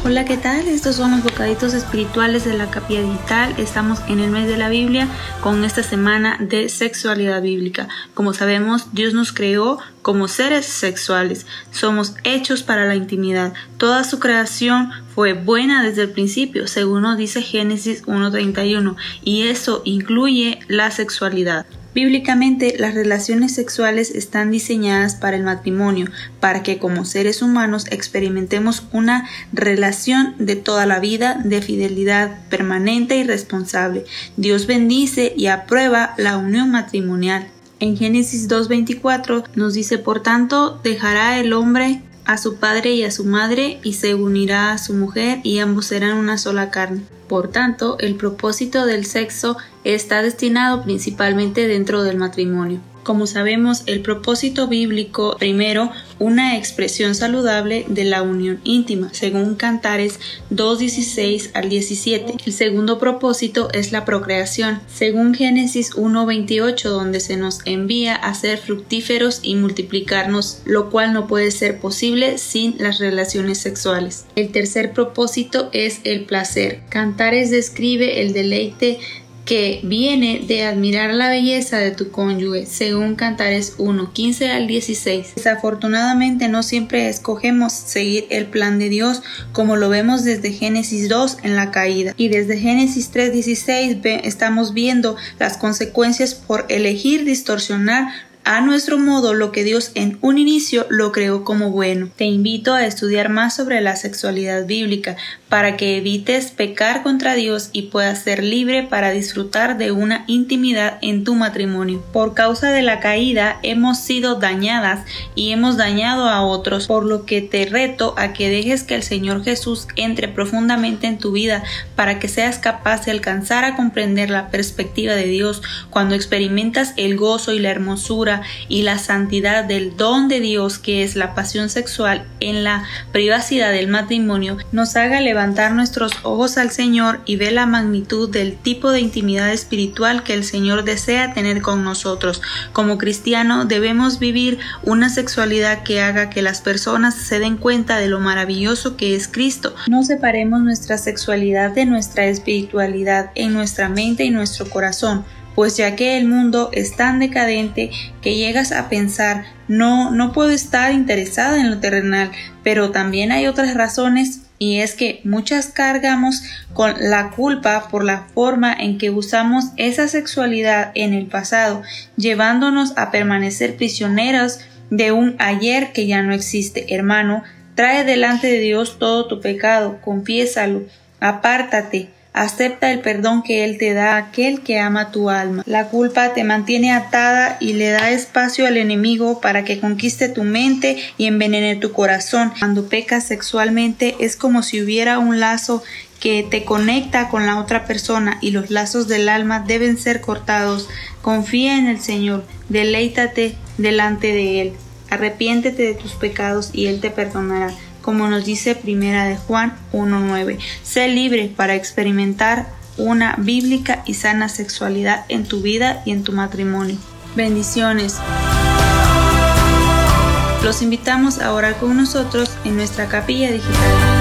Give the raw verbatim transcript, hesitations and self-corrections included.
Hola, ¿qué tal? Estos son los bocaditos espirituales de la Capilla Digital. Estamos en el mes de la Biblia con esta semana de sexualidad bíblica. Como sabemos, Dios nos creó como seres sexuales. Somos hechos para la intimidad. Toda su creación fue buena desde el principio, según nos dice Génesis uno treinta y uno, y eso incluye la sexualidad. Bíblicamente, las relaciones sexuales están diseñadas para el matrimonio, para que como seres humanos experimentemos una relación de toda la vida, de fidelidad permanente y responsable. Dios bendice y aprueba la unión matrimonial. En Génesis dos veinticuatro nos dice: por tanto, dejará el hombre a su padre y a su madre, y se unirá a su mujer, y ambos serán una sola carne. Por tanto, el propósito del sexo está destinado principalmente dentro del matrimonio. Como sabemos, el propósito bíblico, primero, una expresión saludable de la unión íntima, según Cantares dos dieciséis al diecisiete. El segundo propósito es la procreación, según Génesis uno veintiocho, donde se nos envía a ser fructíferos y multiplicarnos, lo cual no puede ser posible sin las relaciones sexuales. El tercer propósito es el placer. Cantares describe el deleite que viene de admirar la belleza de tu cónyuge, según Cantares uno quince al dieciséis. Desafortunadamente no siempre escogemos seguir el plan de Dios, como lo vemos desde Génesis dos en la caída, y desde Génesis tres dieciséis estamos viendo las consecuencias por elegir distorsionar a nuestro modo lo que Dios en un inicio lo creó como bueno. Te invito a estudiar más sobre la sexualidad bíblica para que evites pecar contra Dios y puedas ser libre para disfrutar de una intimidad en tu matrimonio. Por causa de la caída hemos sido dañadas y hemos dañado a otros, por lo que te reto a que dejes que el Señor Jesús entre profundamente en tu vida para que seas capaz de alcanzar a comprender la perspectiva de Dios. Cuando experimentas el gozo y la hermosura y la santidad del don de Dios, que es la pasión sexual en la privacidad del matrimonio, nos haga levantar nuestros ojos al Señor y ver la magnitud del tipo de intimidad espiritual que el Señor desea tener con nosotros. Como cristiano debemos vivir una sexualidad que haga que las personas se den cuenta de lo maravilloso que es Cristo. No separemos nuestra sexualidad de nuestra espiritualidad en nuestra mente y nuestro corazón, pues ya que el mundo es tan decadente que llegas a pensar, no, no puedo estar interesada en lo terrenal, pero también hay otras razones, y es que muchas cargamos con la culpa por la forma en que usamos esa sexualidad en el pasado, llevándonos a permanecer prisioneros de un ayer que ya no existe. Hermano, trae delante de Dios todo tu pecado, confiésalo, apártate. Acepta el perdón que Él te da a aquel que ama tu alma. La culpa te mantiene atada y le da espacio al enemigo para que conquiste tu mente y envenene tu corazón. Cuando pecas sexualmente es como si hubiera un lazo que te conecta con la otra persona, y los lazos del alma deben ser cortados. Confía en el Señor, deleítate delante de Él. Arrepiéntete de tus pecados y Él te perdonará, como nos dice Primera de Juan uno nueve. Sé libre para experimentar una bíblica y sana sexualidad en tu vida y en tu matrimonio. Bendiciones. Los invitamos a orar con nosotros en nuestra Capilla Digital.